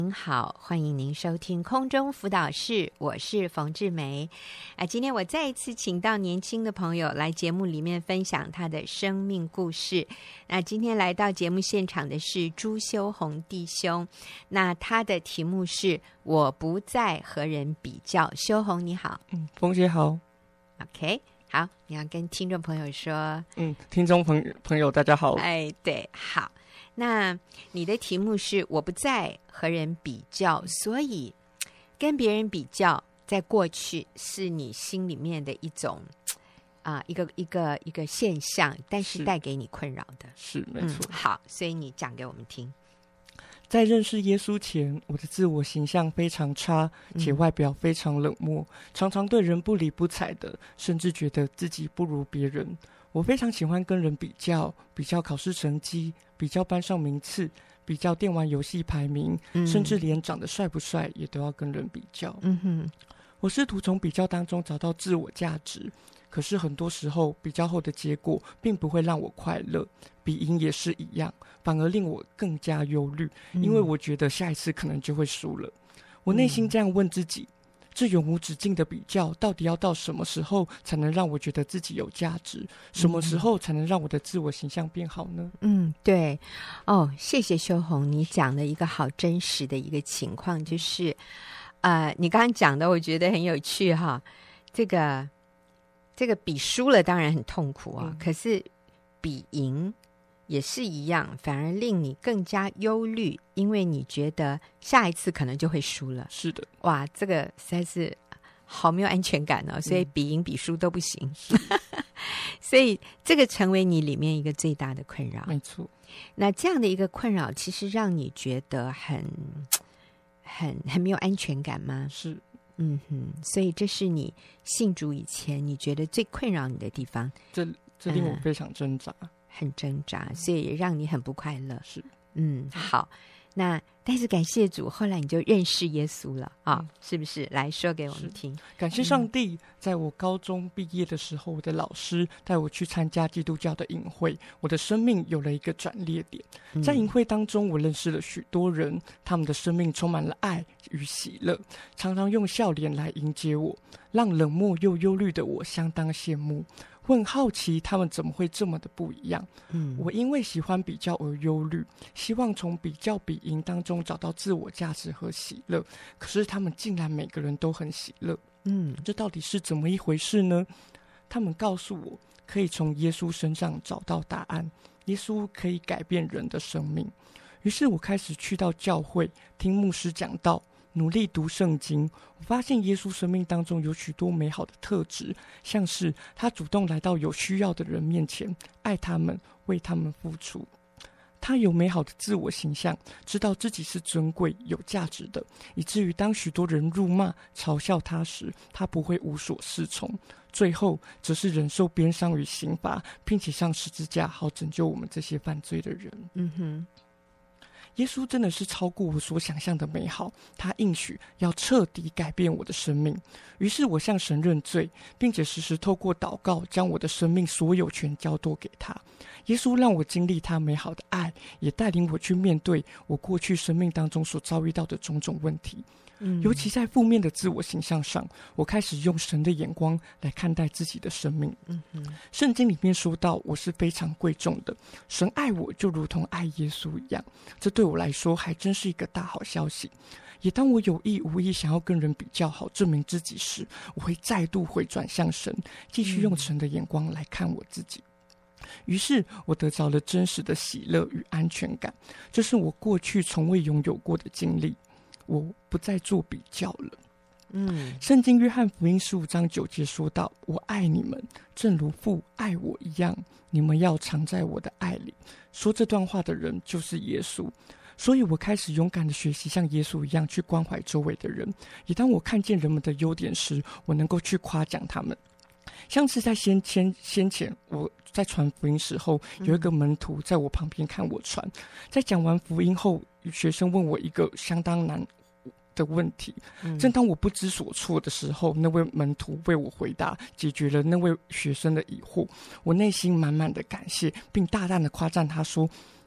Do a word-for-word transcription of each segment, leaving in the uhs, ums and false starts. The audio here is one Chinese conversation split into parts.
您好，欢迎您收听空中辅导室，我是冯志梅。啊，今天我再一次请到年轻的朋友来节目里面分享他的生命故事。那今天来到节目现场的是朱修红弟兄，那他的题目是我不再和人比较。修红你好。 嗯，冯姐好。 OK， 好，你要跟听众朋友说。 嗯，听众朋友朋友大家好。 哎，对，好。那你的题目是我不再和人比较，所以跟别人比较在过去是你心里面的一种啊、呃、一个一个一个现象，但是带给你困扰的。 是没错、 嗯、好，所以你讲给我们听。 在认识耶稣前，我的自我形象非常差，且外表非常冷漠、嗯、常常对人不理不睬的，甚至觉得自己不如别人。我非常喜欢跟人比较，比较考试成绩，比较班上名次，比较电玩游戏排名、嗯、甚至连长得帅不帅也都要跟人比较。嗯哼，我试图从比较当中找到自我价值，可是很多时候比较后的结果并不会让我快乐，比赢也是一样，反而令我更加忧虑、嗯、因为我觉得下一次可能就会输了。我内心这样问自己、嗯，这永无止境的比较到底要到什么时候才能让我觉得自己有价值？什么时候才能让我的自我形象变好呢？嗯， 对哦，谢谢修红，你讲的一个好真实的一个情况，就是呃，你刚刚讲的我觉得很有趣哈。这个这个比输了当然很痛苦啊、哦嗯，可是比赢也是一样，反而令你更加忧虑，因为你觉得下一次可能就会输了。 是的， 哇，这个实在是好没有安全感哦，所以比赢比输都不行。嗯、所以这个成为你里面一个最大的困扰。 没错。 那这样的一个困扰，其实让你觉得很很很没有安全感吗？ 是。 嗯哼，所以这是你信主以前你觉得最困扰你的地方。 这这令我非常挣扎。嗯， 很挣扎，所以也让你很不快乐。 是， 嗯，好，那但是感谢主，后来你就认识耶稣了啊、嗯，是不是？来说给我们听。 感谢上帝、嗯，在我高中毕业的时候，我的老师带我去参加基督教的营会，我的生命有了一个转捩点。嗯、在营会当中，我认识了许多人，他们的生命充满了爱与喜乐，常常用笑脸来迎接我，让冷漠又忧虑的我相当羡慕。我很好奇他们怎么会这么的不一样。嗯，我因为喜欢比较而忧虑，希望从比较比赢当中找到自我价值和喜乐，可是他们竟然每个人都很喜乐。嗯，这到底是怎么一回事呢？他们告诉我可以从耶稣身上找到答案，耶稣可以改变人的生命。于是我开始去到教会听牧师讲道，努力读圣经。我发现耶稣生命当中有许多美好的特质，像是他主动来到有需要的人面前，爱他们，为他们付出。他有美好的自我形象，知道自己是尊贵有价值的，以至于当许多人辱骂嘲笑他时，他不会无所适从，最后则是忍受鞭伤与刑罚，并且上十字架好拯救我们这些犯罪的人。嗯哼，耶稣真的是超过我所想象的美好，他应许要彻底改变我的生命。于是我向神认罪，并且时时透过祷告将我的生命所有权交托给他。耶稣让我经历他美好的爱，也带领我去面对我过去生命当中所遭遇到的种种问题。嗯、尤其在负面的自我形象上，我开始用神的眼光来看待自己的生命。嗯哼，圣经里面说到我是非常贵重的，神爱我就如同爱耶稣一样，这对我来说还真是一个大好消息。也当我有意无意想要跟人比较好证明自己时，我会再度回转向神，继续用神的眼光来看我自己。于是我得着了真实的喜乐与安全感，这是我过去从未拥有过的经历。我不再做比较了。嗯，圣经约翰福音十五章九节说道：我爱你们，正如父爱我一样，你们要常在我的爱里。说这段话的人就是耶稣。所以我开始勇敢的学习像耶稣一样去关怀周围的人，也当我看见人们的优点时，我能够去夸奖他们。像是在先前先前我在传福音时候，有一个门徒在我旁边看我传，在讲完福音后，学生问我一个相当难的问题，正当我不知所措的时候，那位门徒为我回答，解决了那位学生的疑惑。我内心满满的感谢，并大胆的夸赞他说：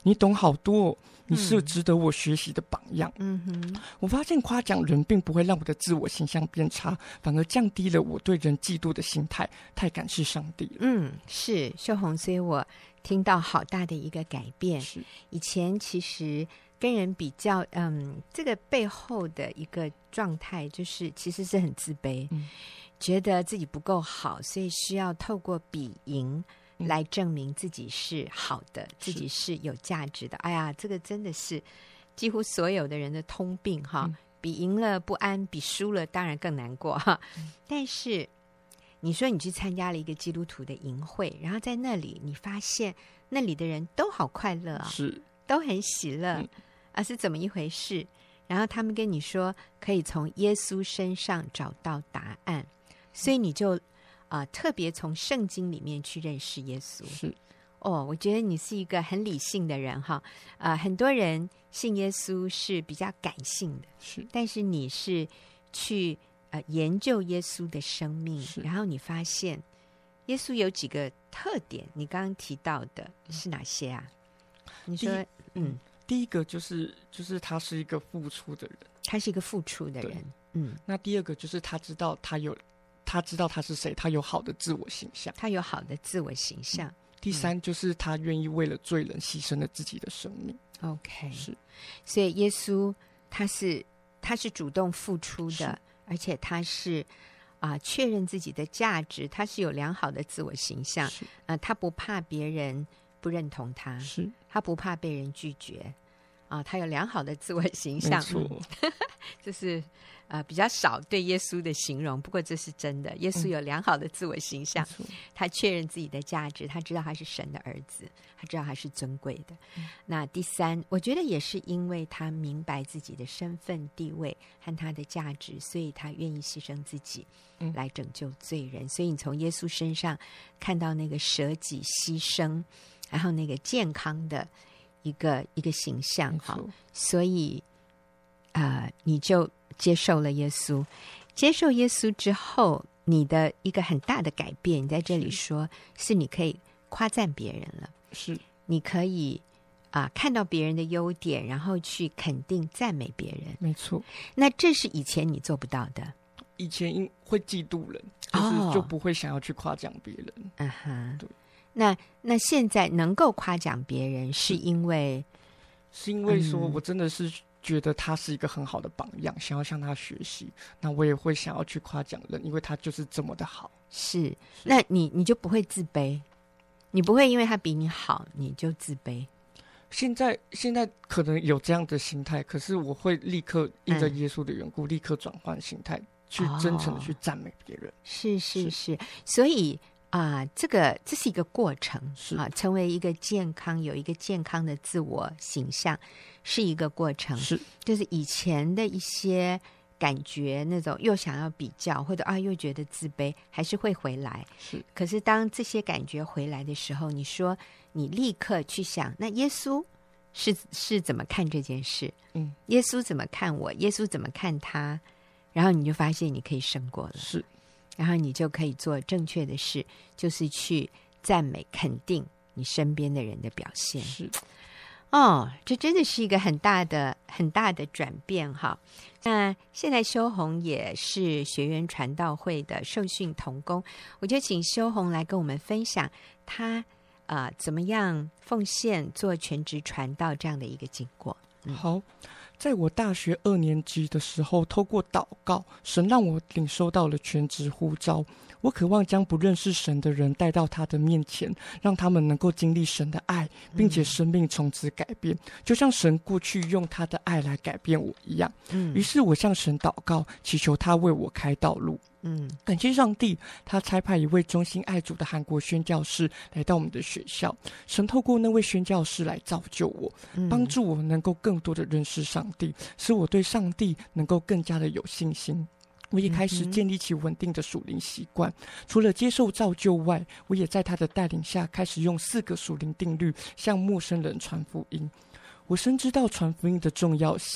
你懂好多哦，你是值得我学习的榜样。 嗯哼， 我发现夸奖人并不会让我的自我形象变差，反而降低了我对人嫉妒的心态，太感谢上帝了。 嗯，是秀红，所以我听到好大的一个改变。 是， 以前其实跟人比较，嗯，这个背后的一个状态就是其实是很自卑， 嗯， 觉得自己不够好，所以需要透过比赢来证明自己是好的，嗯，自己是有价值的。哎呀，这个真的是几乎所有的人的通病哈，嗯，比赢了不安，比输了当然更难过哈，嗯。但是你说你去参加了一个基督徒的营会，然后在那里你发现那里的人都好快乐啊， 是都很喜乐，嗯，啊，是怎么一回事？然后他们跟你说可以从耶稣身上找到答案，所以你就啊、呃，特别从圣经里面去认识耶稣。 是哦，我觉得你是一个很理性的人哈。啊、呃，很多人信耶稣是比较感性的， 是， 但是你是去呃研究耶稣的生命，然后你发现耶稣有几个特点，你刚刚提到的是哪些啊？你说，嗯， 第一个就是就是他是一个付出的人， 他是一个付出的人，嗯。 那第二个就是他知道他有。他知道他是谁，他有好的自我形象， 他有好的自我形象。嗯、 第三、嗯、就是他愿意为了罪人牺牲了自己的生命。 OK， 是， 所以耶稣他是他是主动付出的，而且他是啊、呃、确认自己的价值，他是有良好的自我形象，啊、呃，他不怕别人不认同他， 是， 他不怕被人拒绝，啊、呃，他有良好的自我形象， 没错， 嗯、就是呃比较少对耶稣的形容，不过这是真的，耶稣有良好的自我形象，嗯、他确认自己的价值，他知道他是神的儿子，他知道他是尊贵的。嗯、那第三，我觉得也是因为他明白自己的身份地位和他的价值，所以他愿意牺牲自己来拯救罪人。嗯、所以你从耶稣身上看到那个舍己牺牲，然后那个健康的一个一个形象哈，所以呃，你就接受了耶稣。接受耶稣之后，你的一个很大的改变，你在这里说 是, 是你可以夸赞别人了， 是你可以啊、呃、看到别人的优点，然后去肯定赞美别人。 没错， 那这是以前你做不到的。 以前因会嫉妒人，就是就不会想要去夸奖别人。 嗯哼，对。那那现在能够夸奖别人，是因为是因为说我真的是觉得他是一个很好的榜样，嗯、想要向他学习。那我也会想要去夸奖人，因为他就是这么的好。 是，是那你你就不会自卑，你不会因为他比你好你就自卑。 现在现在可能有这样的心态，可是我会立刻因着耶稣的缘故，嗯、立刻转换心态，去真诚的去赞美别人。哦、 是是 是, 是，所以。啊、呃，这个这是一个过程啊，成为一个健康、有一个健康的自我形象，是一个过程。 是， 就是以前的一些感觉，那种又想要比较，或者啊又觉得自卑，还是会回来。 是， 可是当这些感觉回来的时候，你说你立刻去想，那耶稣是是怎么看这件事？ 嗯， 耶稣怎么看我？耶稣怎么看他？然后你就发现你可以胜过了。 是。 然后你就可以做正确的事，就是去赞美肯定你身边的人的表现。 是， 哦，这真的是一个很大的很大的转变哈。那现在修红也是学园传道会的受训同工，我就请修红来跟我们分享他呃怎么样奉献做全职传道这样的一个经过。 嗯、好。在我大学二年级的时候，透过祷告，神让我领受到了全职呼召。我渴望将不认识神的人带到他的面前，让他们能够经历神的爱，并且生命从此改变，嗯、就像神过去用他的爱来改变我一样。嗯、于是我向神祷告，祈求他为我开道路。嗯，感谢上帝，他差派一位忠心爱主的韩国宣教士来到我们的学校。神透过那位宣教士来造就我，嗯、帮助我能够更多的认识上帝，使我对上帝能够更加的有信心。我也开始建立起稳定的属灵习惯，嗯、除了接受造就外，我也在他的带领下开始用四个属灵定律向陌生人传福音。我深知道传福音的重要性，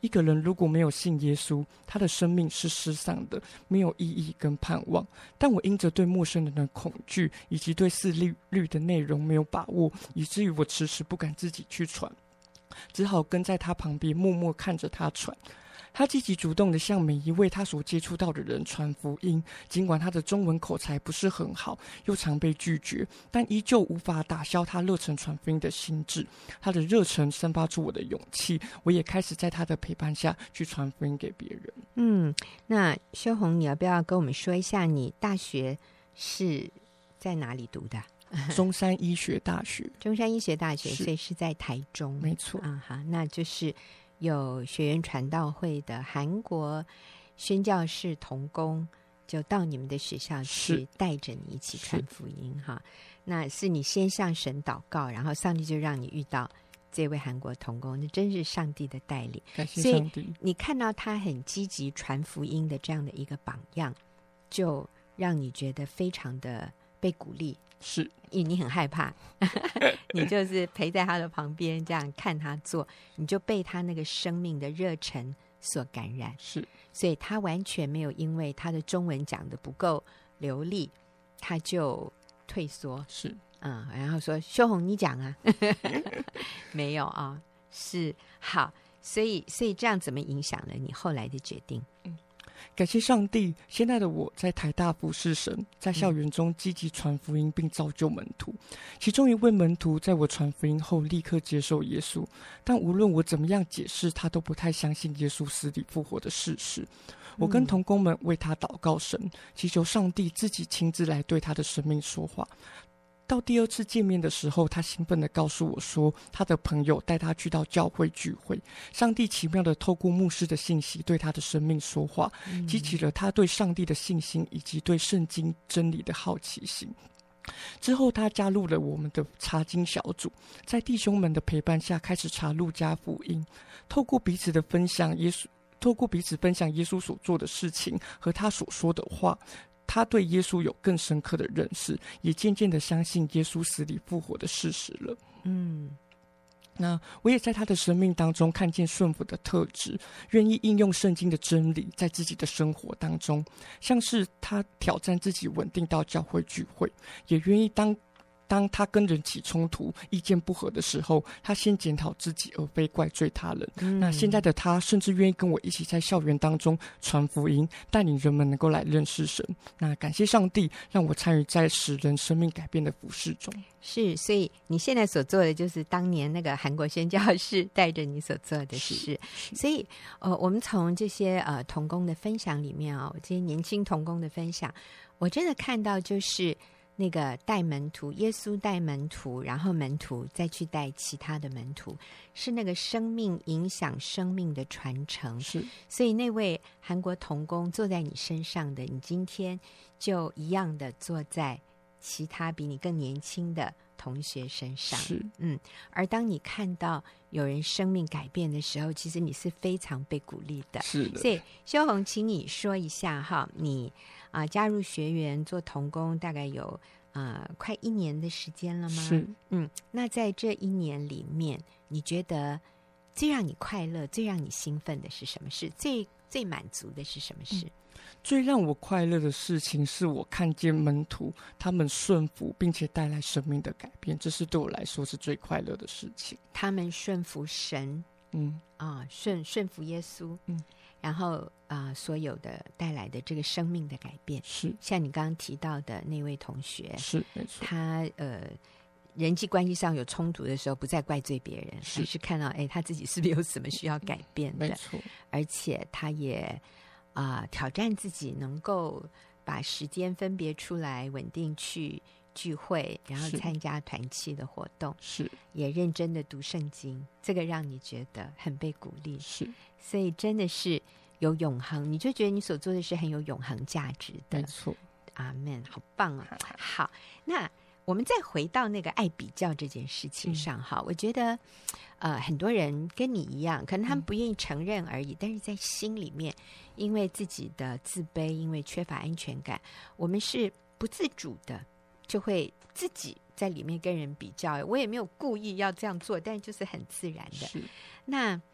一个人如果没有信耶稣，他的生命是失丧的，没有意义跟盼望。但我因着对陌生人的恐惧，以及对四律律的内容没有把握，以至于我迟迟不敢自己去传，只好跟在他旁边默默看着他传。他积极主动地向每一位他所接触到的人传福音，尽管他的中文口才不是很好，又常被拒绝，但依旧无法打消他热忱传福音的心智。他的热忱生发出我的勇气，我也开始在他的陪伴下去传福音给别人。 嗯，那修红，你要不要跟我们说一下你大学是在哪里读的？ 中山医学大学。 中山医学大学，所以是在台中。 没错。 啊，好，那就是有学员传道会的韩国宣教士同工就到你们的学校去，带着你一起传福音哈。那是你先向神祷告，然后上帝就让你遇到这位韩国同工，那真是上帝的带领。 感谢上帝。所以你看到他很积极传福音的这样的一个榜样，就让你觉得非常的被鼓励。 是， 因为你很害怕你就是陪在他的旁边这样看他做，你就被他那个生命的热忱所感染。 是， 所以他完全没有因为他的中文讲得不够流利他就退缩。 是， 嗯，然后说修红你讲啊没有啊，是好，所以所以这样怎么影响了你后来的决定？嗯， 感谢上帝，现在的我在台大服侍神，在校园中积极传福音并造就门徒。其中一位门徒在我传福音后立刻接受耶稣，但无论我怎么样解释，他都不太相信耶稣死里复活的事实。我跟同工们为他祷告神，祈求上帝自己亲自来对他的生命说话。到第二次见面的时候，他兴奋地告诉我说，他的朋友带他去到教会聚会，上帝奇妙地透过牧师的信息对他的生命说话，激起了他对上帝的信心以及对圣经真理的好奇心。之后他加入了我们的查经小组，在弟兄们的陪伴下开始查路加福音，透过彼此的分享耶稣透过彼此分享耶稣所做的事情和他所说的话，他对耶稣有更深刻的认识，也渐渐的相信耶稣死里复活的事实了。 嗯， 那我也在他的生命当中看见顺服的特质，愿意应用圣经的真理在自己的生活当中，像是他挑战自己稳定到教会聚会，也愿意当当他跟人起冲突意见不合的时候，他先检讨自己而非怪罪他人。嗯、那现在的他甚至愿意跟我一起在校园当中传福音，带领人们能够来认识神。那感谢上帝让我参与在使人生命改变的服事中。 是，所以你现在所做的就是当年那个韩国宣教士带着你所做的事。所以呃，我们从这些呃同工的分享里面啊、哦，这些年轻同工的分享，我真的看到就是那个带门徒，耶稣带门徒，然后门徒再去带其他的门徒，是那个生命影响生命的传承。 是， 所以那位韩国同工坐在你身上的，你今天就一样的坐在其他比你更年轻的同学身上。 是， 嗯，而当你看到有人生命改变的时候，其实你是非常被鼓励的。 是的。 所以修红，请你说一下哈，你啊、呃、加入学员做同工大概有啊、呃、快一年的时间了吗？ 是， 嗯，那在这一年里面，你觉得最让你快乐、最让你兴奋的是什么事？最最满足的是什么事？嗯， 最让我快乐的事情是我看见门徒他们顺服并且带来生命的改变，这是对我来说是最快乐的事情。 他们顺服神， 嗯啊，顺顺服耶稣， 嗯， 然后啊、呃，所有的带来的这个生命的改变， 是像你刚刚提到的那位同学， 是没错， 他呃人际关系上有冲突的时候，不再怪罪别人， 是而是看到哎他自己是不是有什么需要改变的， 没错， 而且他也啊、呃、挑战自己能够把时间分别出来，稳定去聚会，然后参加团契的活动， 是也认真的读圣经，这个让你觉得很被鼓励。 是， 所以真的是有永恒，你就觉得你所做的是很有永恒价值的。 没错， 阿们，好棒啊！好，那我们再回到那个爱比较这件事情上哈、嗯，我觉得呃很多人跟你一样，可能他们不愿意承认而已、嗯、但是在心里面因为自己的自卑，因为缺乏安全感，我们是不自主的就会自己在里面跟人比较。我也没有故意要这样做，但就是很自然的。 是， 那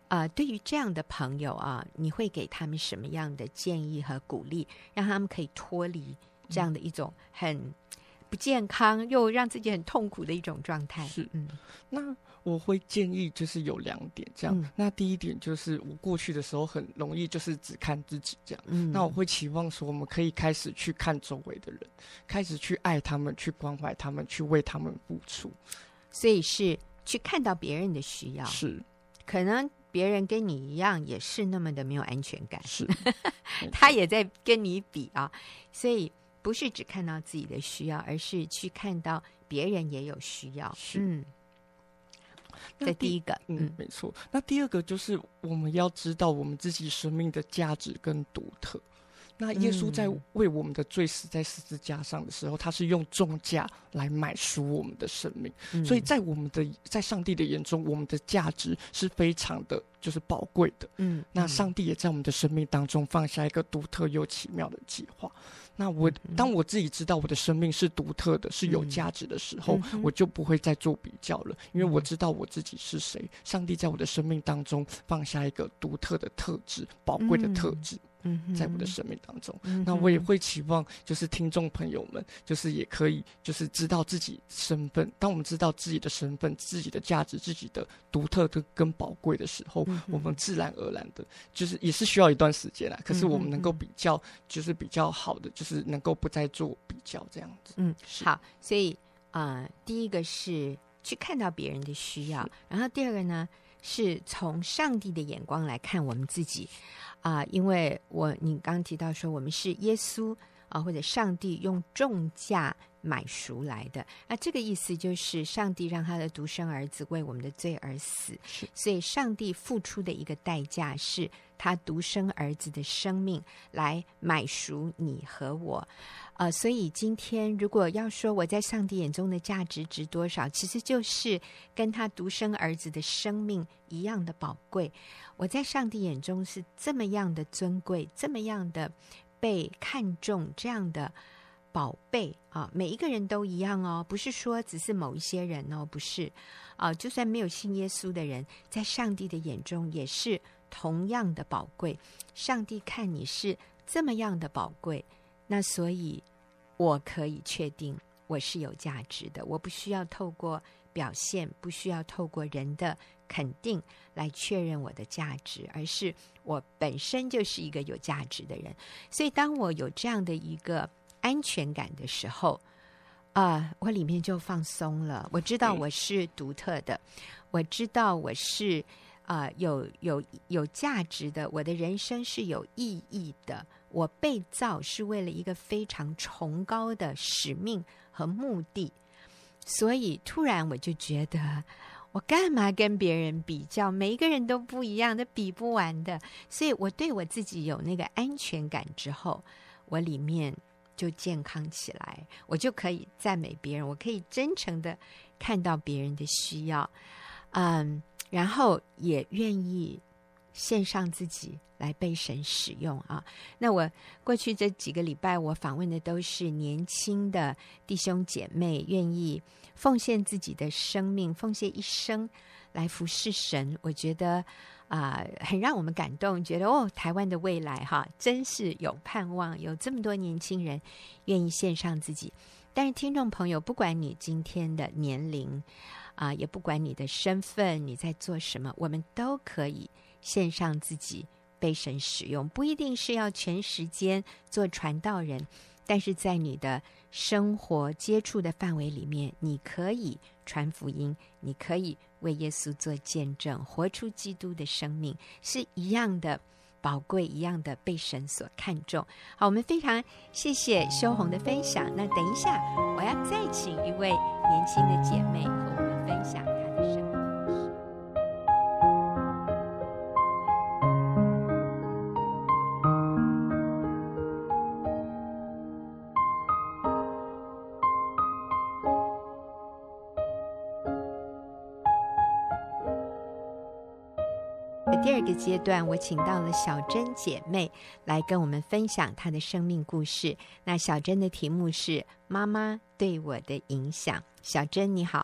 呃，对于这样的朋友啊，你会给他们什么样的建议和鼓励，让他们可以脱离这样的一种很不健康又让自己很痛苦的一种状态？ 是， 嗯， 那我会建议就是有两点这样。 嗯那第一点就是我过去的时候很容易就是只看自己这样。 嗯， 那我会期望说，我们可以开始去看周围的人，开始去爱他们，去关怀他们，去为他们付出。 所以是去看到别人的需要， 是， 可能别人跟你一样也是那么的没有安全感， 是， 他也在跟你比啊，所以不是只看到自己的需要，而是去看到别人也有需要。 是嗯，这第一个， 嗯， 嗯没错。那第二个就是我们要知道我们自己生命的价值跟独特。那耶稣在为我们的罪死在十字架上的时候，他是用重价来买赎我们的生命， 嗯所以在我们的在上帝的眼中，我们的价值是非常的就是宝贵的。 嗯， 那上帝也在我们的生命当中放下一个独特又奇妙的计划。那我当我自己知道我的生命是独特的，是有价值的时候， 嗯我就不会再做比较了，因为我知道我自己是谁。上帝在我的生命当中放下一个独特的特质，宝贵的特质。 嗯， 在我的生命当中， 嗯， 那我也会期望，就是听众朋友们，就是也可以，就是知道自己身份。当我们知道自己的身份、自己的价值、自己的独特的跟宝贵的时候， 嗯， 我们自然而然的，就是也是需要一段时间啦。可是我们能够比较，就是比较好的，就是能够不再做比较这样子。 嗯，好，所以呃，第一个是去看到别人的需要，然后第二个呢，是从上帝的眼光来看我们自己。啊、呃，因为我你刚刚提到说我们是耶稣啊、呃，或者上帝用重价买赎来的，那这个意思就是上帝让他的独生儿子为我们的罪而死，所以上帝付出的一个代价是他独生儿子的生命来买赎你和我。呃，所以今天如果要说我在上帝眼中的价值值多少，其实就是跟他独生儿子的生命一样的宝贵。我在上帝眼中是这么样的尊贵，这么样的被看重，这样的宝贝啊！每一个人都一样哦，不是说只是某一些人哦，不是啊，就算没有信耶稣的人，在上帝的眼中也是同样的宝贵。上帝看你是这么样的宝贵，那所以我可以确定我是有价值的，我不需要透过表现，不需要透过人的肯定来确认我的价值，而是我本身就是一个有价值的人。所以当我有这样的一个安全感的时候啊、呃，我里面就放松了。我知道我是独特的，我知道我是啊、呃、有有有价值的，我的人生是有意义的，我被造是为了一个非常崇高的使命和目的。所以突然我就觉得，我干嘛跟别人比较？每一个人都不一样，都比不完的。所以我对我自己有那个安全感之后，我里面就健康起来，我就可以赞美别人，我可以真诚的看到别人的需要，嗯，然后也愿意献上自己来被神使用啊。那我过去这几个礼拜，我访问的都是年轻的弟兄姐妹，愿意奉献自己的生命，奉献一生来服侍神。我觉得啊、呃，很让我们感动，觉得哦，台湾的未来哈，真是有盼望，有这么多年轻人愿意献上自己。但是听众朋友，不管你今天的年龄啊、呃，也不管你的身份，你在做什么，我们都可以献上自己被神使用，不一定是要全时间做传道人，但是在你的生活接触的范围里面，你可以传福音，你可以为耶稣做见证，活出基督的生命，是一样的宝贵，一样的被神所看重。好，我们非常谢谢修红的分享。那等一下我要再请一位年轻的姐妹和我们分享她的生命。第二个阶段，我请到了小珍姐妹来跟我们分享她的生命故事。那小珍的题目是妈妈对我的影响。小珍你好。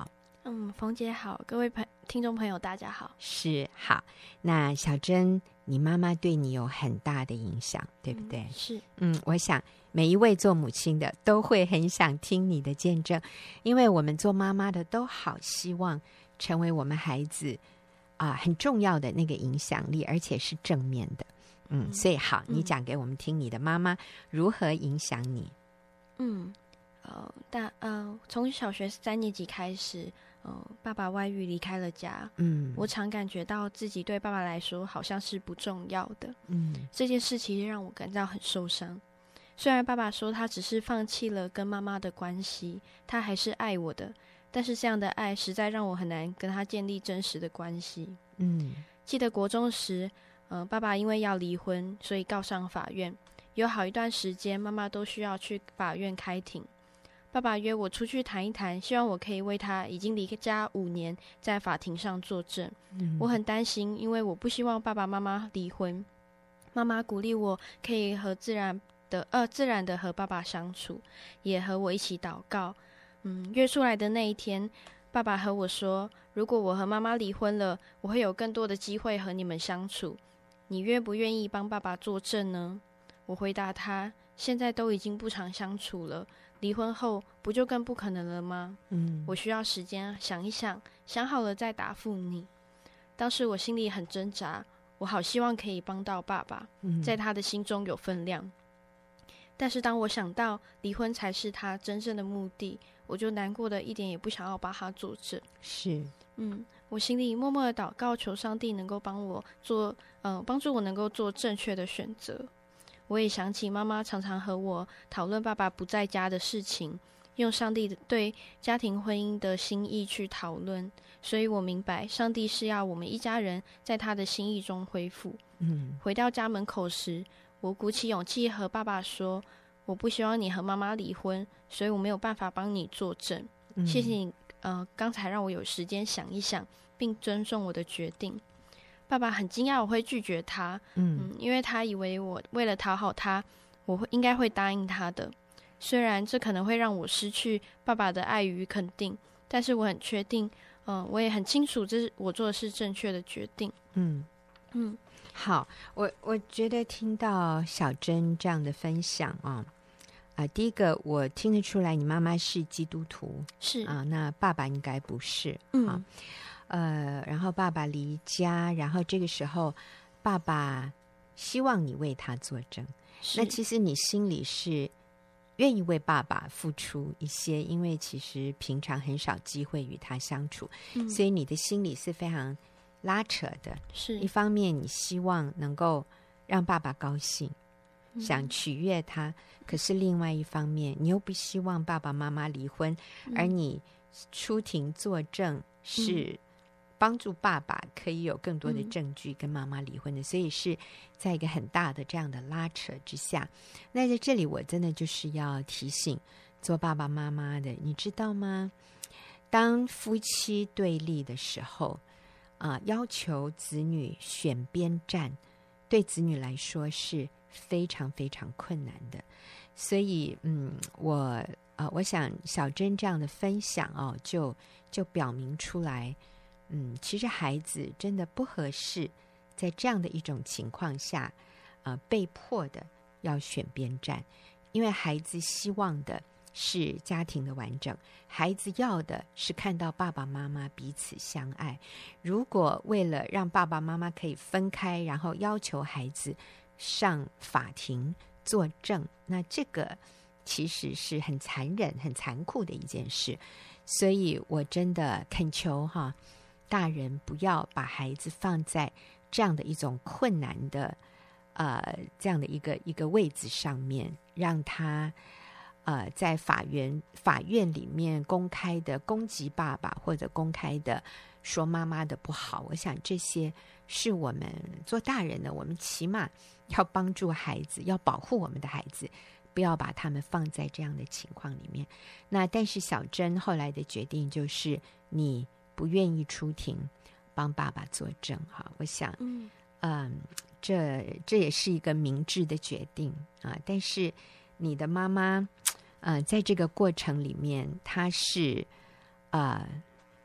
嗯，冯姐好，各位朋听众朋友大家好。 是，好。那小珍，你妈妈对你有很大的影响，对不对？ 嗯、是。 嗯，我想每一位做母亲的都会很想听你的见证，因为我们做妈妈的都好希望成为我们孩子啊、呃、很重要的那个影响力，而且是正面的。嗯，嗯所以好，你讲给我们听，你的妈妈如何影响你？ 嗯，呃，大呃，从小学三年级开始。呃，爸爸外遇离开了家，嗯，我常感觉到自己对爸爸来说好像是不重要的，嗯，这件事其实让我感到很受伤。虽然爸爸说他只是放弃了跟妈妈的关系，他还是爱我的，但是这样的爱实在让我很难跟他建立真实的关系。嗯，记得国中时，呃，爸爸因为要离婚，所以告上法院，有好一段时间，妈妈都需要去法院开庭。爸爸约我出去谈一谈，希望我可以为他已经离家五年在法庭上作证。嗯、我很担心，因为我不希望爸爸妈妈离婚。妈妈鼓励我可以和自然的呃自然的和爸爸相处，也和我一起祷告。嗯，约出来的那一天，爸爸和我说，如果我和妈妈离婚了，我会有更多的机会和你们相处。你愿不愿意帮爸爸作证呢？我回答他，现在都已经不常相处了。离婚后不就更不可能了吗？嗯，我需要时间想一想，想好了再答复你。当时我心里很挣扎，我好希望可以帮到爸爸，嗯、在他的心中有分量。但是当我想到离婚才是他真正的目的，我就难过的一点也不想要把他做正。 是， 嗯，我心里默默的祷告，求上帝能够帮我做，呃，帮助我能够做正确的选择。我也想起妈妈常常和我讨论爸爸不在家的事情，用上帝对家庭婚姻的心意去讨论，所以我明白上帝是要我们一家人在他的心意中恢复。嗯，回到家门口时，我鼓起勇气和爸爸说，我不希望你和妈妈离婚，所以我没有办法帮你作证。嗯、谢谢你，呃，刚才让我有时间想一想，并尊重我的决定。爸爸很惊讶我会拒绝他，嗯，嗯，因为他以为我为了讨好他，我会应该会答应他的。虽然这可能会让我失去爸爸的爱与肯定，但是我很确定，嗯、呃，我也很清楚这是我做的是正确的决定。嗯嗯，好，我我觉得听到小珍这样的分享啊，啊、呃，第一个我听得出来，你妈妈是基督徒， 是啊，那爸爸应该不是， 嗯。 啊呃，然后爸爸离家，然后这个时候爸爸希望你为他作证，那其实你心里是愿意为爸爸付出一些，因为其实平常很少机会与他相处，嗯、所以你的心里是非常拉扯的。 是一方面你希望能够让爸爸高兴， 嗯、 想取悦他，可是另外一方面你又不希望爸爸妈妈离婚，嗯、而你出庭作证是、嗯帮助爸爸可以有更多的证据跟妈妈离婚的、嗯、所以是在一个很大的这样的拉扯之下。那在这里我真的就是要提醒做爸爸妈妈的，你知道吗，当夫妻对立的时候啊、呃，要求子女选边站对子女来说是非常非常困难的。所以嗯，我呃，我想小珍这样的分享哦，就就表明出来嗯，其实孩子真的不合适在这样的一种情况下，呃，被迫的要选边站，因为孩子希望的是家庭的完整，孩子要的是看到爸爸妈妈彼此相爱。如果为了让爸爸妈妈可以分开，然后要求孩子上法庭作证，那这个其实是很残忍、很残酷的一件事。所以我真的恳求哈。大人不要把孩子放在这样的一种困难的呃这样的一个一个位置上面，让他呃在法院法院里面公开的攻击爸爸，或者公开的说妈妈的不好。我想这些是我们做大人的，我们起码要帮助孩子，要保护我们的孩子，不要把他们放在这样的情况里面。那但是小珍后来的决定就是你不愿意出庭帮爸爸作证哈，我想，嗯，嗯这这也是一个明智的决定啊。但是你的妈妈，呃，在这个过程里面，她是呃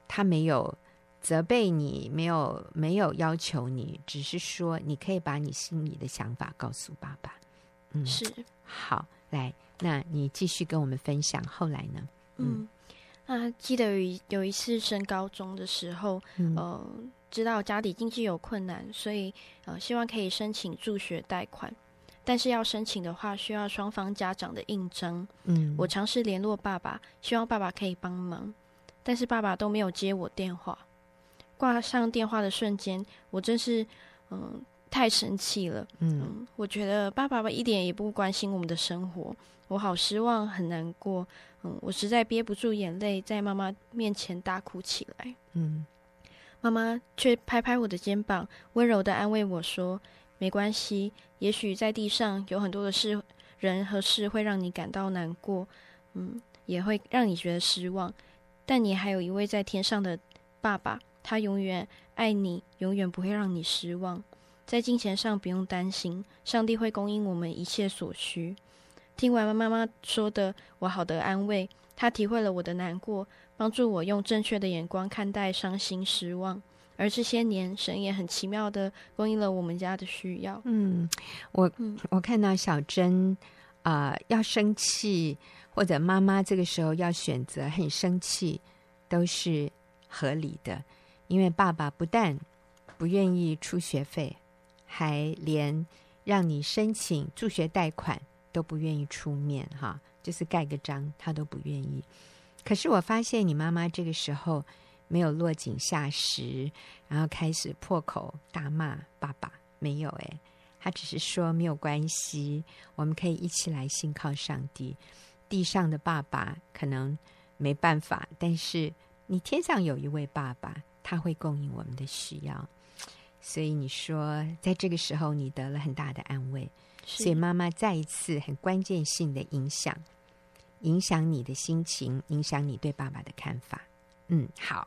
他没有责备你，没有没有要求你，只是说你可以把你心里的想法告诉爸爸。嗯， 是。 好，来，那你继续跟我们分享后来呢？ 嗯，那记得有一有一次升高中的时候，嗯、呃，知道家里经济有困难，所以呃，希望可以申请助学贷款。但是要申请的话，需要双方家长的印章。嗯，我尝试联络爸爸，希望爸爸可以帮忙，但是爸爸都没有接我电话。挂上电话的瞬间，我真是嗯、呃、太生气了。嗯, 嗯，我觉得爸爸一点也不关心我们的生活，我好失望，很难过。嗯，我实在憋不住眼泪，在妈妈面前大哭起来。嗯，妈妈却拍拍我的肩膀，温柔地安慰我说：“没关系，也许在地上有很多的事、人和事会让你感到难过，嗯，也会让你觉得失望。但你还有一位在天上的爸爸，他永远爱你，永远不会让你失望。在金钱上不用担心，上帝会供应我们一切所需。”听完妈妈说的，我好得安慰。她体会了我的难过，帮助我用正确的眼光看待伤心失望。而这些年，神也很奇妙的供应了我们家的需要。 嗯，我、嗯、我看到小珍啊、呃，要生气，或者妈妈这个时候要选择很生气，都是合理的。因为爸爸不但不愿意出学费，还连让你申请助学贷款都不愿意出面哈，就是盖个章他都不愿意。可是我发现你妈妈这个时候没有落井下石，然后开始破口大骂爸爸，没有诶，他只是说没有关系，我们可以一起来信靠上帝。地上的爸爸可能没办法，但是你天上有一位爸爸，他会供应我们的需要。所以你说在这个时候你得了很大的安慰，所以妈妈再一次很关键性的影响影响你的心情，影响你对爸爸的看法。嗯，好。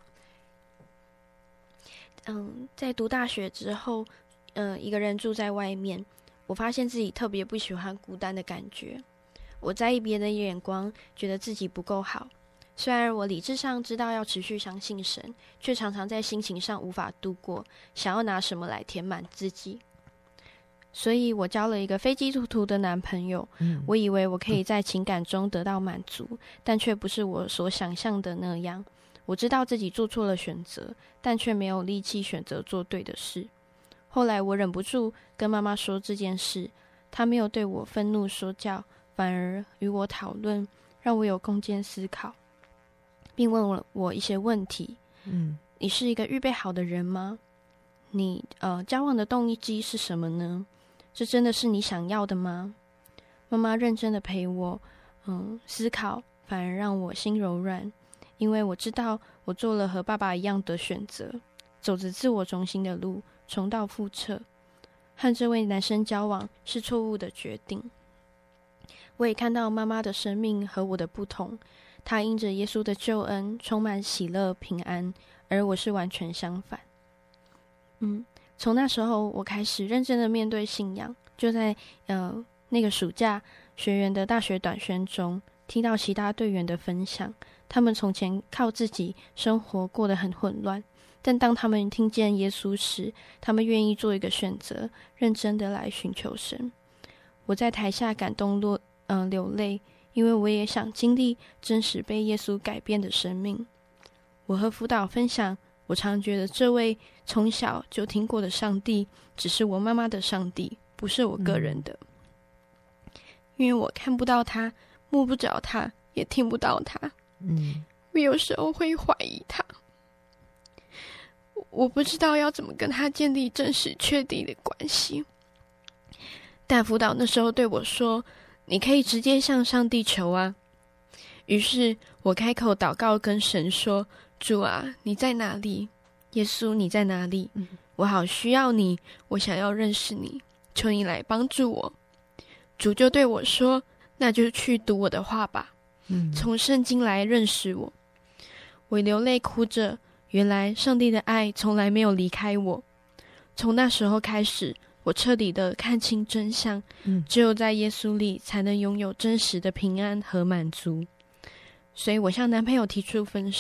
嗯，在读大学之后，嗯、呃，一个人住在外面，我发现自己特别不喜欢孤单的感觉。我在意别人的眼光，觉得自己不够好。虽然我理智上知道要持续相信神，却常常在心情上无法度过，想要拿什么来填满自己。所以我交了一个非基督徒的男朋友，嗯、我以为我可以在情感中得到满足，嗯、但却不是我所想象的那样。我知道自己做错了选择，但却没有力气选择做对的事。后来我忍不住跟妈妈说这件事，她没有对我愤怒说教，反而与我讨论，让我有空间思考，并问了我一些问题。嗯，你是一个预备好的人吗？你呃交往的动机是什么呢？这真的是你想要的吗？妈妈认真的陪我嗯思考，反而让我心柔软，因为我知道我做了和爸爸一样的选择，走着自我中心的路，重蹈覆辙。和这位男生交往是错误的决定。我也看到妈妈的生命和我的不同，她因着耶稣的救恩充满喜乐平安，而我是完全相反。嗯，从那时候我开始认真的面对信仰。就在呃那个暑假学员的大学短宣中，听到其他队员的分享，他们从前靠自己生活过得很混乱，但当他们听见耶稣时，他们愿意做一个选择，认真的来寻求神。我在台下感动落呃流泪，因为我也想经历真实被耶稣改变的生命。我和辅导分享，我常觉得这位从小就听过的上帝只是我妈妈的上帝，不是我个人的。嗯、因为我看不到他，摸不着他，也听不到他。嗯，我有时候会怀疑他，我不知道要怎么跟他建立真实确定的关系。但辅导那时候对我说，你可以直接向上帝求啊。于是我开口祷告，跟神说，主啊，你在哪里？耶稣，你在哪里？嗯、我好需要你，我想要认识你，求你来帮助我。主就对我说，那就去读我的话吧，嗯、从圣经来认识我。我流泪哭着，原来上帝的爱从来没有离开我。从那时候开始，我彻底的看清真相，嗯、只有在耶稣里才能拥有真实的平安和满足。所以我向男朋友提出分手，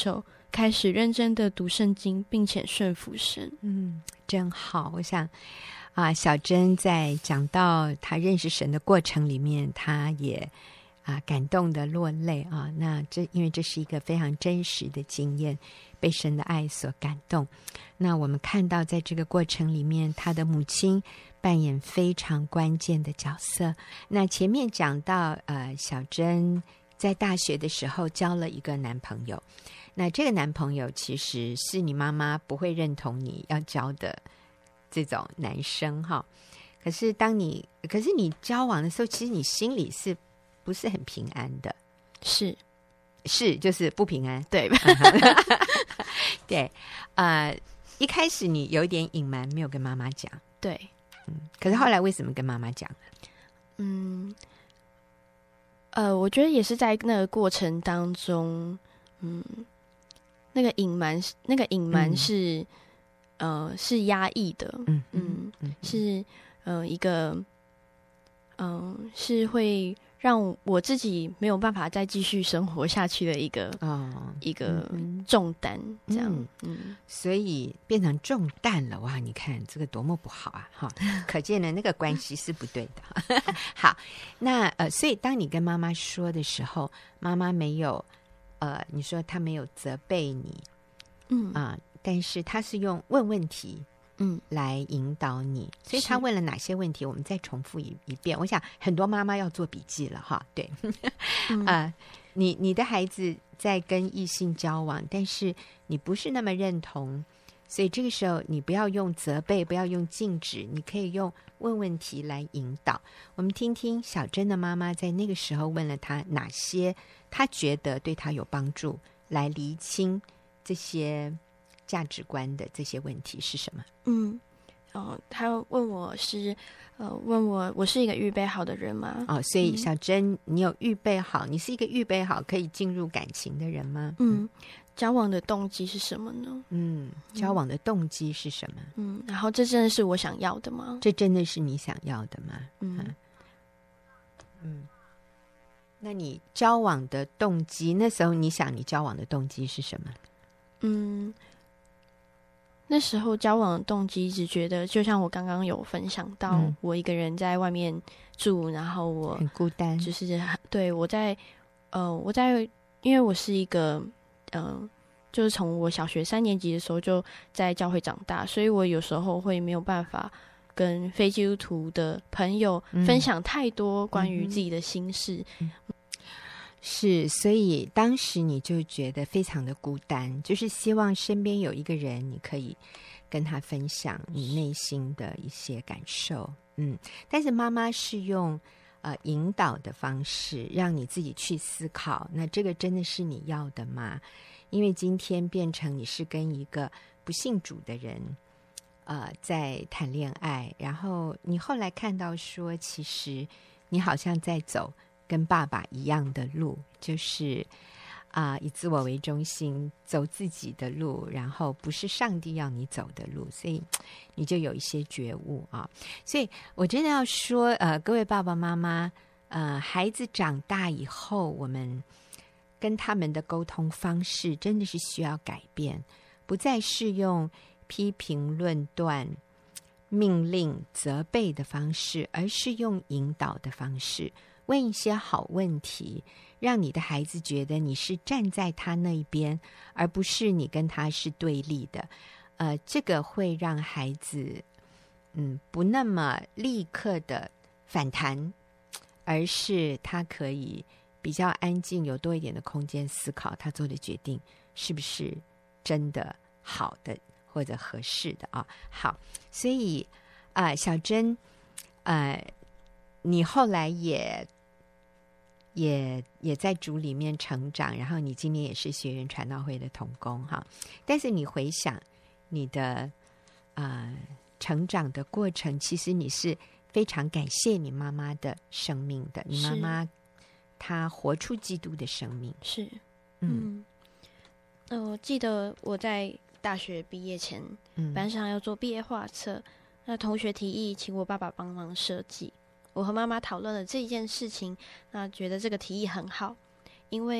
开始认真的读圣经，并且顺服神。 嗯，真好。我想啊，小珍在讲到她认识神的过程里面，她也啊感动的落泪啊。那这因为这是一个非常真实的经验，被神的爱所感动。那我们看到在这个过程里面，她的母亲扮演非常关键的角色。那前面讲到呃，小珍在大学的时候交了一个男朋友，那这个男朋友其实是你妈妈不会认同你要交的这种男生哈。可是当你可是你交往的时候，其实你心里是不是很平安的？ 是是就是不平安， 对吧？ 对，呃，一开始你有一点隐瞒，没有跟妈妈讲， 对， 嗯，可是后来为什么跟妈妈讲？ 嗯，呃，我觉得也是在那个过程当中，嗯，那个隐瞒，那个隐瞒是，嗯、呃，是压抑的，嗯嗯，嗯是呃一个，嗯、呃，是会让我自己没有办法再继续生活下去的一个哦，一个重担，这样，嗯，嗯所以变成重担了。哇，你看这个多么不好啊！哈，可见呢那个关系是不对的。好，那呃，所以当你跟妈妈说的时候，妈妈没有呃，你说她没有责备你，嗯啊、呃，但是她是用问问题。嗯，来引导你，所以他问了哪些问题？我们再重复一一遍。我想很多妈妈要做笔记了哈。对，嗯、呃，你你的孩子在跟异性交往，但是你不是那么认同，所以这个时候你不要用责备，不要用禁止，你可以用问问题来引导。我们听听小珍的妈妈在那个时候问了她哪些，她觉得对她有帮助，来厘清这些价值观的这些问题是什么？ 嗯，哦，他问我是，呃，问我我是一个预备好的人吗？ 哦，所以小珍，嗯、你有预备好？你是一个预备好可以进入感情的人吗？ 嗯，交往的动机是什么呢？ 嗯，交往的动机是什么？ 嗯，然后这真的是我想要的吗？ 这真的是你想要的吗？ 嗯嗯，嗯那你交往的动机，那时候你想你交往的动机是什么？ 嗯。那时候交往的动机，只觉得就像我刚刚有分享到，嗯、我一个人在外面住，然后我很孤单， 就是对我在呃我在，因为我是一个嗯、呃，就是从我小学三年级的时候就在教会长大，所以我有时候会没有办法跟非基督徒的朋友分享太多关于自己的心事。嗯嗯是，所以当时你就觉得非常的孤单，就是希望身边有一个人，你可以跟他分享你内心的一些感受。嗯，但是妈妈是用呃引导的方式，让你自己去思考，那这个真的是你要的吗？因为今天变成你是跟一个不信主的人呃在谈恋爱，然后你后来看到说，其实你好像在走跟爸爸一样的路，就是啊、呃，以自我为中心，走自己的路，然后不是上帝要你走的路，所以你就有一些觉悟啊。所以我真的要说，呃，各位爸爸妈妈，呃，孩子长大以后，我们跟他们的沟通方式真的是需要改变，不再是用批评、论断、命令、责备的方式，而是用引导的方式。问一些好问题，让你的孩子觉得你是站在他那一边，而不是你跟他是对立的。呃，这个会让孩子，嗯，不那么立刻的反弹，而是他可以比较安静，有多一点的空间思考他做的决定是不是真的好的或者合适的啊。好，所以啊、呃，小珍，呃，你后来也。也也在主里面成长，然后你今年也是学园传道会的同工哈。但是你回想你的呃成长的过程，其实你是非常感谢你妈妈的生命的。你妈妈她活出基督的生命， 是嗯。呃，我记得我在大学毕业前，嗯、班上要做毕业画册，那同学提议请我爸爸帮忙设计。我和妈妈讨论了这一件事情，那觉得这个提议很好，因为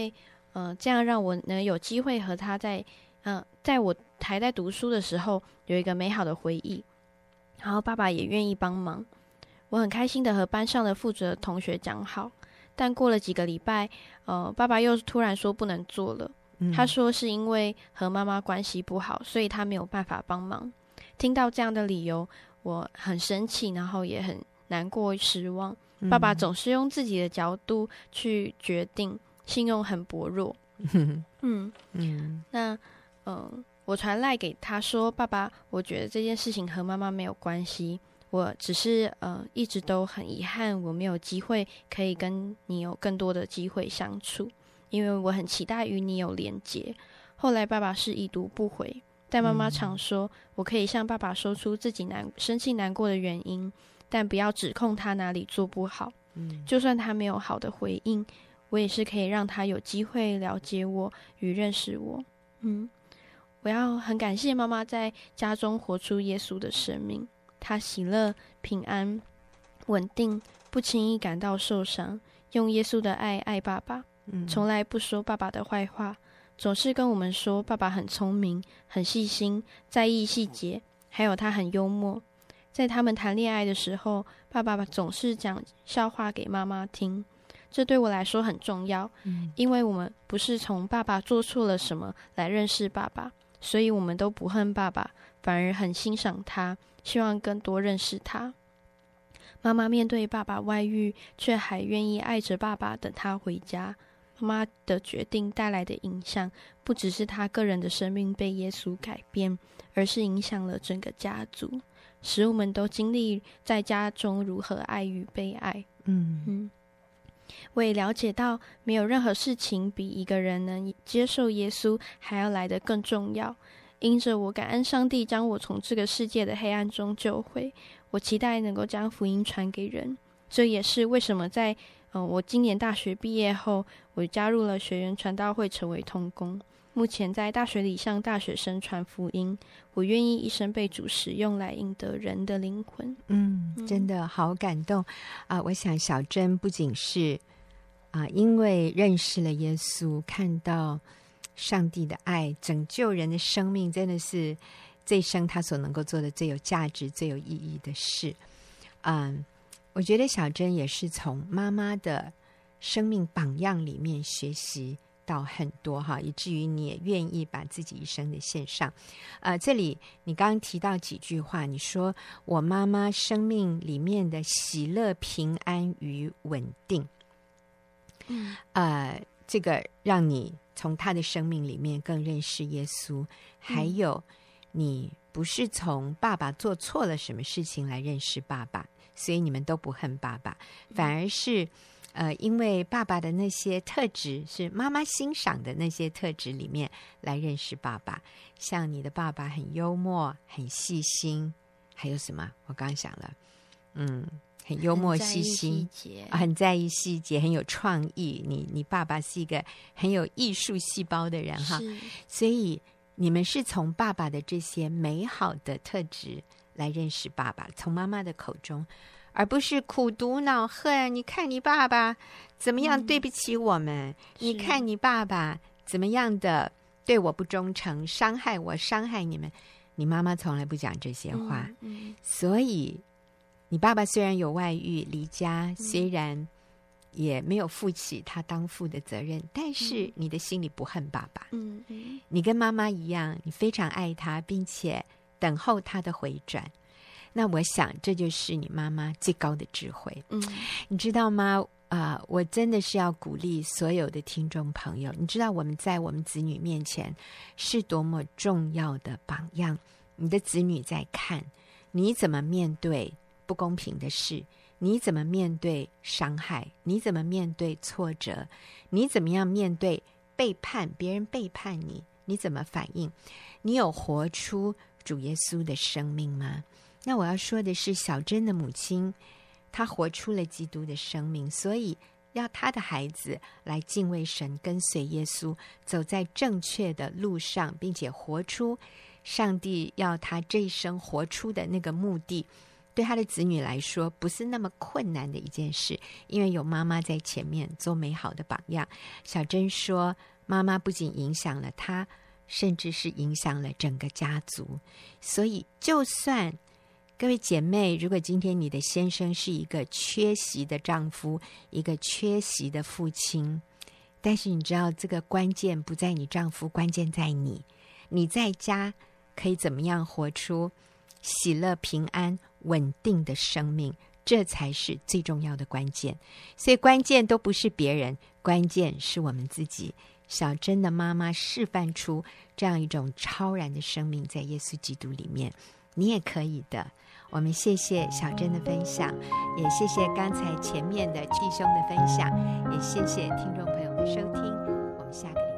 呃，这样让我能有机会和他在，呃，在我还在读书的时候有一个美好的回忆。然后爸爸也愿意帮忙，我很开心的和班上的负责同学讲好。但过了几个礼拜，呃，爸爸又突然说不能做了。嗯、他说是因为和妈妈关系不好，所以他没有办法帮忙。听到这样的理由，我很生气，然后也很难过、失望。嗯、爸爸总是用自己的角度去决定，信用很薄弱。嗯嗯嗯，那呃，我传赖给他说，爸爸，我觉得这件事情和妈妈没有关系。我只是呃一直都很遗憾，我没有机会可以跟你有更多的机会相处，因为我很期待与你有连结。后来爸爸是已读不回，但妈妈常说、嗯、我可以向爸爸说出自己难生气难过的原因，但不要指控他哪里做不好、嗯、就算他没有好的回应，我也是可以让他有机会了解我与认识我。嗯，我要很感谢妈妈在家中活出耶稣的生命，他喜乐、平安、稳定，不轻易感到受伤，用耶稣的爱爱爸爸，从来不说爸爸的坏话，总是跟我们说爸爸很聪明、很细心、在意细节，还有他很幽默。在他们谈恋爱的时候，爸爸总是讲笑话给妈妈听，这对我来说很重要、嗯、因为我们不是从爸爸做错了什么来认识爸爸，所以我们都不恨爸爸，反而很欣赏他，希望更多认识他。妈妈面对爸爸外遇，却还愿意爱着爸爸等他回家。妈妈的决定带来的影响，不只是她个人的生命被耶稣改变，而是影响了整个家族，使我们都经历在家中如何爱与被爱。嗯嗯，我也了解到，没有任何事情比一个人能接受耶稣还要来得更重要。因着我感恩上帝将我从这个世界的黑暗中救回，我期待能够将福音传给人。这也是为什么在、呃、我今年大学毕业后，我加入了学园传道会，成为同工。目前在大学里向大学生传福音，我愿意一生被主使用来赢得人的灵魂。 嗯，真的好感动啊！我想小珍不仅是啊，因为认识了耶稣，看到上帝的爱，拯救人的生命，真的是这一生他所能够做的最有价值、最有意义的事。嗯，我觉得小珍也是从妈妈的生命榜样里面学习到很多哈，以至于你也愿意把自己一生的献上。呃，这里你刚刚提到几句话，你说我妈妈生命里面的喜乐、平安与稳定，嗯，呃，这个让你从她的生命里面更认识耶稣，还有你不是从爸爸做错了什么事情来认识爸爸，所以你们都不恨爸爸，反而是呃，因为爸爸的那些特质是妈妈欣赏的那些特质里面来认识爸爸。像你的爸爸很幽默、很细心，还有什么？我刚刚想了，嗯，很幽默、细心，很在意细节，很有创意。你你爸爸是一个很有艺术细胞的人哈，所以你们是从爸爸的这些美好的特质来认识爸爸，从妈妈的口中。而不是苦毒恼恨，你看你爸爸怎么样对不起我们、嗯、你看你爸爸怎么样的对我不忠诚，伤害我，伤害你们。你妈妈从来不讲这些话、嗯嗯、所以你爸爸虽然有外遇离家、嗯、虽然也没有负起他当父的责任，但是你的心里不恨爸爸、嗯嗯、你跟妈妈一样，你非常爱他，并且等候他的回转。那我想这就是你妈妈最高的智慧。嗯，你知道吗？啊、呃，我真的是要鼓励所有的听众朋友，你知道我们在我们子女面前是多么重要的榜样。你的子女在看你怎么面对不公平的事，你怎么面对伤害，你怎么面对挫折，你怎么样面对背叛，别人背叛你，你怎么反应？你有活出主耶稣的生命吗？那我要说的是，小珍的母亲她活出了基督的生命，所以要她的孩子来敬畏神，跟随耶稣，走在正确的路上，并且活出上帝要他这一生活出的那个目的。对他的子女来说不是那么困难的一件事，因为有妈妈在前面做美好的榜样。小珍说妈妈不仅影响了他，甚至是影响了整个家族。所以就算各位姐妹，如果今天你的先生是一个缺席的丈夫，一个缺席的父亲，但是你知道这个关键不在你丈夫，关键在你。你在家可以怎么样活出喜乐、平安、稳定的生命，这才是最重要的关键。所以关键都不是别人，关键是我们自己。小珍的妈妈示范出这样一种超然的生命，在耶稣基督里面，你也可以的。我们谢谢小珍的分享，也谢谢刚才前面的弟兄的分享，也谢谢听众朋友的收听。我们下个